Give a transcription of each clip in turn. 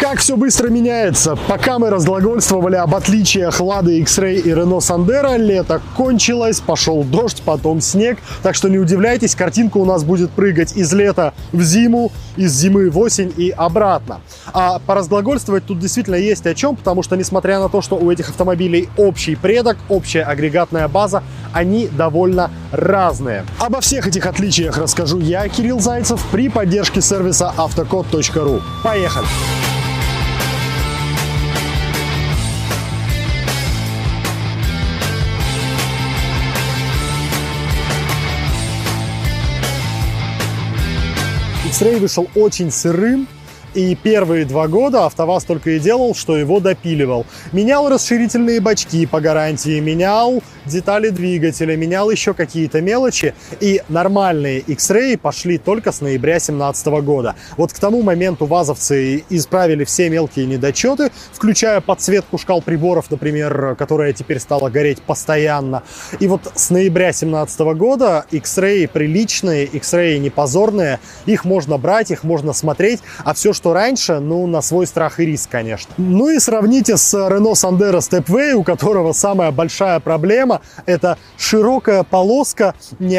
Как все быстро меняется. Пока мы разглагольствовали об отличиях Lada X-Ray и Renault Sandero, лето кончилось, пошел дождь, потом снег. Так что не удивляйтесь, картинка у нас будет прыгать из лета в зиму, из зимы в осень и обратно. А поразглагольствовать тут действительно есть о чем, потому что, несмотря на то, что у этих автомобилей общий предок, общая агрегатная база, они довольно разные. Обо всех этих отличиях расскажу я, Кирилл Зайцев, при поддержке сервиса автокод.ру. Поехали! X-Ray вышел очень сырым, и первые 2 года АвтоВАЗ только и делал, что его допиливал. Менял расширительные бачки по гарантии, менял детали двигателя, менял еще какие-то мелочи. И нормальные X-Ray пошли только с ноября 2017 года. Вот к тому моменту вазовцы исправили все мелкие недочеты, включая подсветку шкал приборов, например, которая теперь стала гореть постоянно. И вот с ноября 2017 года X-Ray приличные, X-Ray не позорные, их можно брать, их можно смотреть, а все, что раньше, ну, на свой страх и риск, конечно. Ну и сравните с Renault Sandero Stepway, у которого самая большая проблема — это широкая полоска,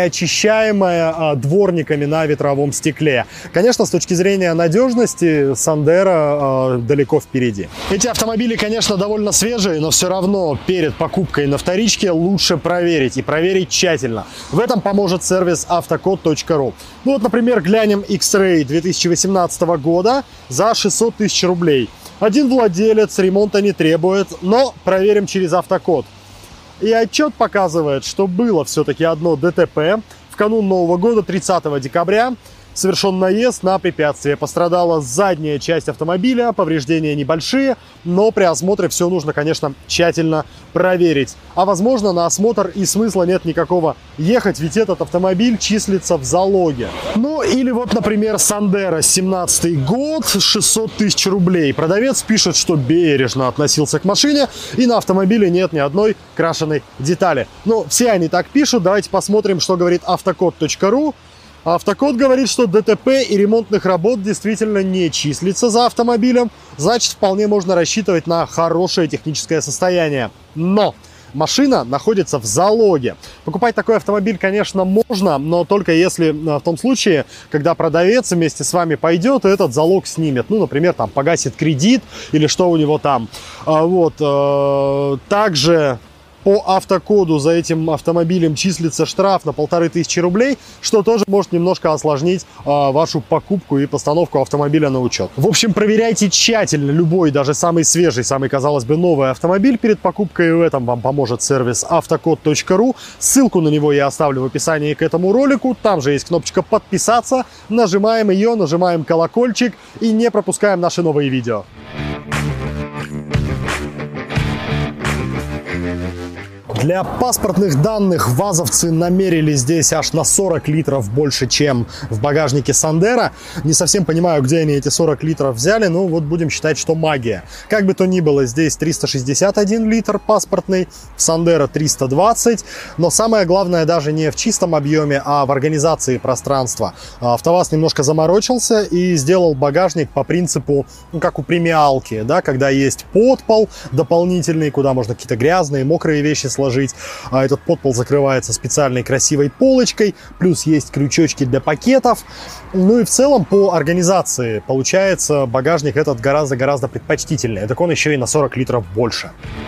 неочищаемая дворниками на ветровом стекле. Конечно, с точки зрения надежности Sandero далеко впереди. Эти автомобили, конечно, довольно свежие, но все равно перед покупкой на вторичке лучше проверить, и проверить тщательно. В этом поможет сервис автокод.ру. Ну вот, например, глянем X-Ray 2018 года за 600 тысяч рублей. Один владелец, ремонта не требует, но проверим через автокод. И отчет показывает, что было все-таки одно ДТП. В канун Нового года, 30 декабря, совершен наезд на препятствие. Пострадала задняя часть автомобиля, повреждения небольшие, но при осмотре все нужно, конечно, тщательно проверить. А возможно, на осмотр и смысла нет никакого ехать, ведь этот автомобиль числится в залоге. Ну или вот, например, Sandero, 17 год, 600 тысяч рублей. Продавец пишет, что бережно относился к машине, и на автомобиле нет ни одной крашеной детали. Ну, все они так пишут. Давайте посмотрим, что говорит автокод.ру. Автокод говорит, что ДТП и ремонтных работ действительно не числится за автомобилем, значит, вполне можно рассчитывать на хорошее техническое состояние. Но машина находится в залоге. Покупать такой автомобиль, конечно, можно, но только если в том случае, когда продавец вместе с вами пойдет и этот залог снимет. Ну, например, там погасит кредит или что у него там. Также по автокоду за этим автомобилем числится штраф на 1500 рублей, что тоже может немножко осложнить вашу покупку и постановку автомобиля на учет. В общем, проверяйте тщательно любой, даже самый свежий, самый, казалось бы, новый автомобиль перед покупкой. И в этом вам поможет сервис автокод.ру. Ссылку на него я оставлю в описании к этому ролику. Там же есть кнопочка подписаться. Нажимаем ее, нажимаем колокольчик и не пропускаем наши новые видео. Для паспортных данных вазовцы намерили здесь аж на 40 литров больше, чем в багажнике Sandero. Не совсем понимаю, где они эти 40 литров взяли, но вот будем считать, что магия. Как бы то ни было, здесь 361 литр паспортный, в Sandero 320. Но самое главное даже не в чистом объеме, а в организации пространства. АвтоВАЗ немножко заморочился и сделал багажник по принципу, ну, как у премиалки, да, когда есть подпол дополнительный, куда можно какие-то грязные, мокрые вещи сложить. А этот подпол закрывается специальной красивой полочкой, плюс есть крючочки для пакетов. Ну и в целом по организации получается багажник этот гораздо-гораздо предпочтительнее. Так он еще и на 40 литров больше.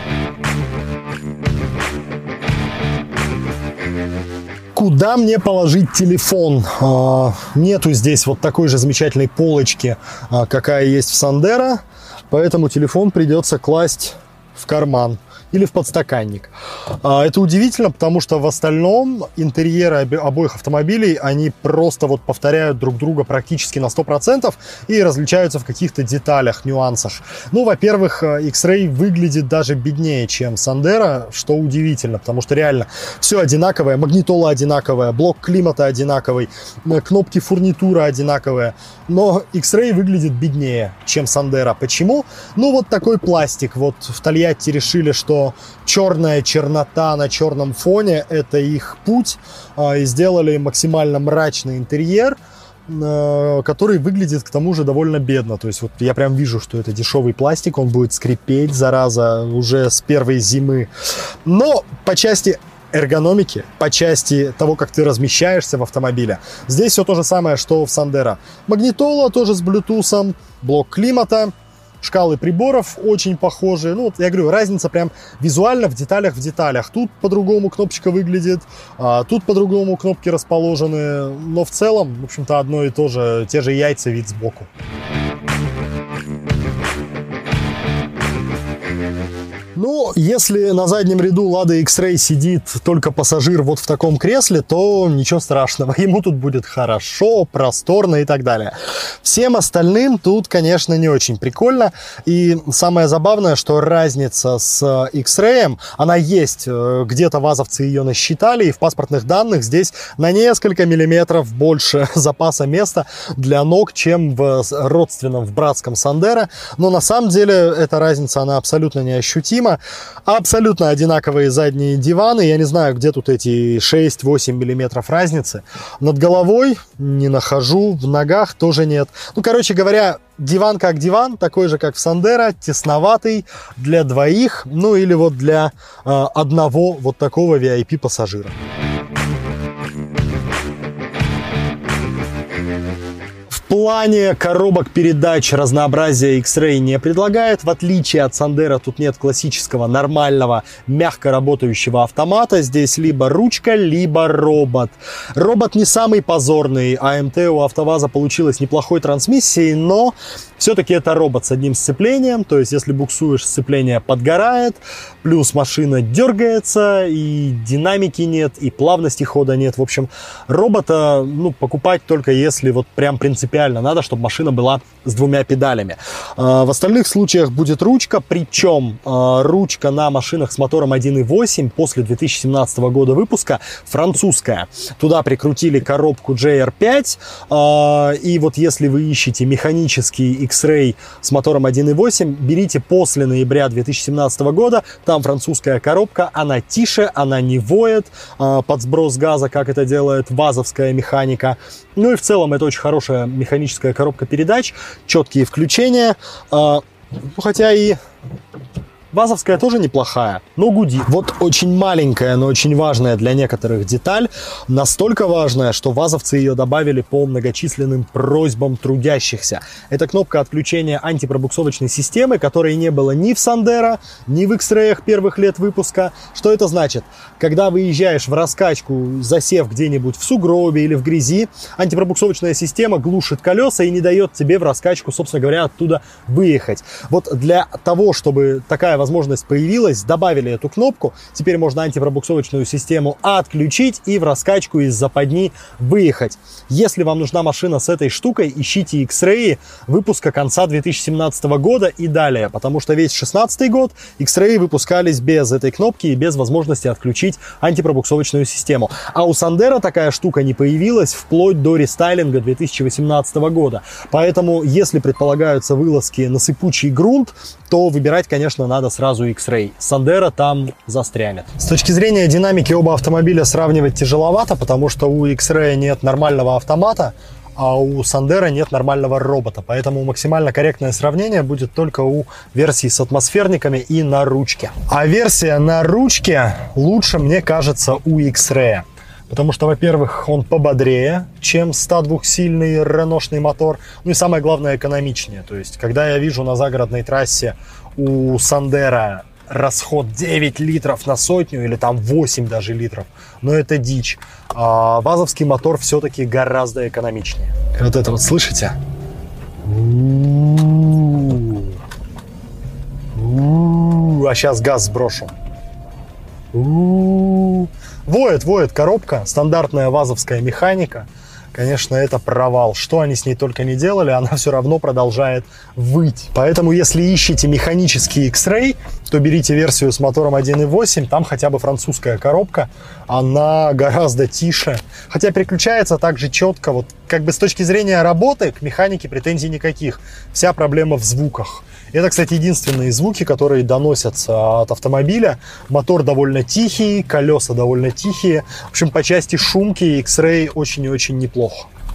Куда мне положить телефон? Нету здесь вот такой же замечательной полочки, какая есть в Sandero, поэтому телефон придется класть в карман или в подстаканник. Это удивительно, потому что в остальном интерьеры обоих автомобилей, они просто вот повторяют друг друга практически на 100% и различаются в каких-то деталях, нюансах. Ну, во-первых, X-Ray выглядит даже беднее, чем Sandero, что удивительно, потому что реально все одинаковое, магнитола одинаковая, блок климата одинаковый, кнопки фурнитура одинаковые, но X-Ray выглядит беднее, чем Sandero. Почему? Ну, вот такой пластик. Вот в Тольятти решили, что черная чернота на черном фоне — это их путь, и сделали максимально мрачный интерьер. который выглядит к тому же довольно бедно. То есть вот я прям вижу, что это дешевый пластик, он будет скрипеть, зараза, уже с первой зимы. Но по части эргономики, по части того, как ты размещаешься в автомобиле, здесь все то же самое, что в Sandero. Магнитола тоже с Bluetooth, блок климата, шкалы приборов очень похожие. Ну, вот я говорю, разница прям визуально в деталях. Тут по-другому кнопочка выглядит, тут по-другому кнопки расположены. Но в целом, в общем-то, одно и то же, те же яйца, вид сбоку. Ну, если на заднем ряду Lada X-Ray сидит только пассажир вот в таком кресле, то ничего страшного. Ему тут будет хорошо, просторно и так далее. Всем остальным тут, конечно, не очень прикольно. И самое забавное, что разница с X-Ray, она есть. Где-то вазовцы ее насчитали, и в паспортных данных здесь на несколько миллиметров больше запаса места для ног, чем в родственном, в братском Sandero. Но на самом деле эта разница, она абсолютно неощутима. Абсолютно одинаковые задние диваны. Я не знаю, где тут эти 6-8 миллиметров разницы. Над головой не нахожу, в ногах тоже нет. Ну, короче говоря, диван как диван, такой же, как в Sandero, тесноватый для двоих, ну или вот для одного вот такого VIP-пассажира. В плане коробок передач разнообразия X-Ray не предлагает. В отличие от Sandero, тут нет классического, нормального, мягко работающего автомата. Здесь либо ручка, либо робот. Робот не самый позорный. АМТ у АвтоВАЗа получилась неплохой трансмиссией, но все-таки это робот с одним сцеплением. То есть, если буксуешь, сцепление подгорает. Плюс машина дергается, и динамики нет, и плавности хода нет. В общем, робота покупать только если вот прям принципиально надо, чтобы машина была с двумя педалями. В остальных случаях будет ручка, причем ручка на машинах с мотором 1.8 после 2017 года выпуска французская. Туда прикрутили коробку JR5, и вот если вы ищете механический X-Ray с мотором 1.8, берите после ноября 2017 года, там французская коробка, она тише, она не воет под сброс газа, как это делает вазовская механика. Ну и в целом это очень хорошая механическая коробка передач, четкие включения, хотя и вазовская тоже неплохая, но гудит. Вот очень маленькая, но очень важная для некоторых деталь. Настолько важная, что вазовцы ее добавили по многочисленным просьбам трудящихся. Это кнопка отключения антипробуксовочной системы, которой не было ни в Sandero, ни в X-Ray первых лет выпуска. Что это значит? Когда выезжаешь в раскачку, засев где-нибудь в сугробе или в грязи, антипробуксовочная система глушит колеса и не дает тебе в раскачку, собственно говоря, оттуда выехать. Вот для того, чтобы такая возможность появилась, добавили эту кнопку. Теперь можно антипробуксовочную систему отключить и в раскачку из западни выехать. Если вам нужна машина с этой штукой, ищите X-Ray выпуска конца 2017 года и далее, потому что весь 2016 год X-Ray выпускались без этой кнопки и без возможности отключить антипробуксовочную систему. А у Sandero такая штука не появилась вплоть до рестайлинга 2018 года. Поэтому, если предполагаются вылазки на сыпучий грунт, то выбирать, конечно, надо сразу X-Ray. Sandero там застрянет. С точки зрения динамики оба автомобиля сравнивать тяжеловато, потому что у X-Ray нет нормального автомата, а у Sandero нет нормального робота. Поэтому максимально корректное сравнение будет только у версии с атмосферниками и на ручке. А версия на ручке лучше, мне кажется, у X-Ray. Потому что, во-первых, он пободрее, чем 102-сильный реношный мотор. Ну и самое главное, экономичнее. То есть, когда я вижу на загородной трассе у Sandero расход 9 литров на сотню, или там 8 даже литров, но это дичь. А вазовский мотор все-таки гораздо экономичнее. И вот это вот, слышите? А сейчас газ сброшу. Воет коробка, стандартная вазовская механика. Конечно, это провал. Что они с ней только не делали, она все равно продолжает выть. Поэтому, если ищете механический X-Ray, то берите версию с мотором 1.8, там хотя бы французская коробка, она гораздо тише. Хотя переключается также четко. Вот как бы с точки зрения работы к механике претензий никаких. Вся проблема в звуках. Это, кстати, единственные звуки, которые доносятся от автомобиля. Мотор довольно тихий, колеса довольно тихие. В общем, по части шумки X-Ray очень и очень неплохо.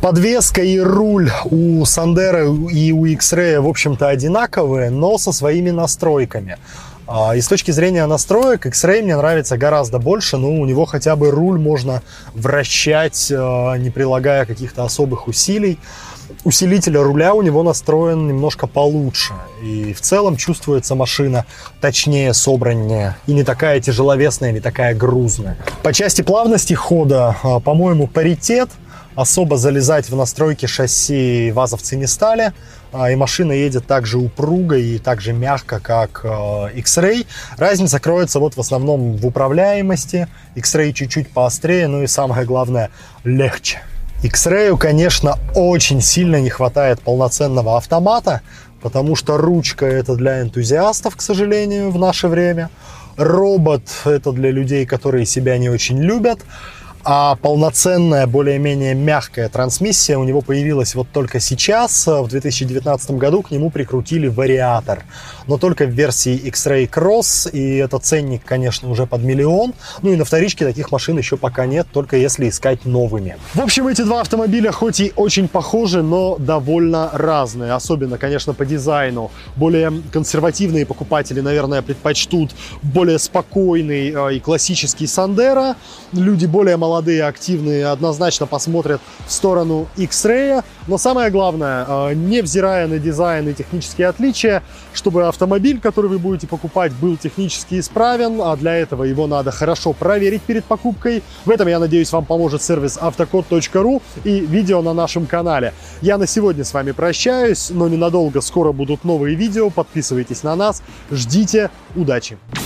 Подвеска и руль у Sandero и у X-Ray, в общем-то, одинаковые, но со своими настройками. И с точки зрения настроек X-Ray мне нравится гораздо больше, но у него хотя бы руль можно вращать, не прилагая каких-то особых усилий. Усилитель руля у него настроен немножко получше, и в целом чувствуется машина точнее, собраннее, и не такая тяжеловесная, не такая грузная. По части плавности хода, по-моему, паритет. Особо залезать в настройки шасси вазовцы не стали, и машина едет так же упруго и так же мягко, как X-Ray. Разница кроется вот в основном в управляемости. X-Ray чуть-чуть поострее, ну и самое главное, легче. X-Ray, конечно, очень сильно не хватает полноценного автомата, потому что ручка — это для энтузиастов, к сожалению, в наше время. Робот — это для людей, которые себя не очень любят. А полноценная, более-менее мягкая трансмиссия у него появилась вот только сейчас. В 2019 году к нему прикрутили вариатор, но только в версии X-Ray Cross, и этот ценник, конечно, уже под миллион. Ну и на вторичке таких машин еще пока нет, только если искать новыми. В общем, эти два автомобиля хоть и очень похожи, но довольно разные. Особенно, конечно, по дизайну. Более консервативные покупатели, наверное, предпочтут более спокойный и классический Sandero. Люди более молодые, активные, однозначно посмотрят в сторону X-Ray. Но самое главное, невзирая на дизайн и технические отличия, чтобы автомобиль, который вы будете покупать, был технически исправен, а для этого его надо хорошо проверить перед покупкой. В этом, я надеюсь, вам поможет сервис автокод.ру и видео на нашем канале. Я на сегодня с вами прощаюсь, но ненадолго, скоро будут новые видео. Подписывайтесь на нас, ждите, удачи!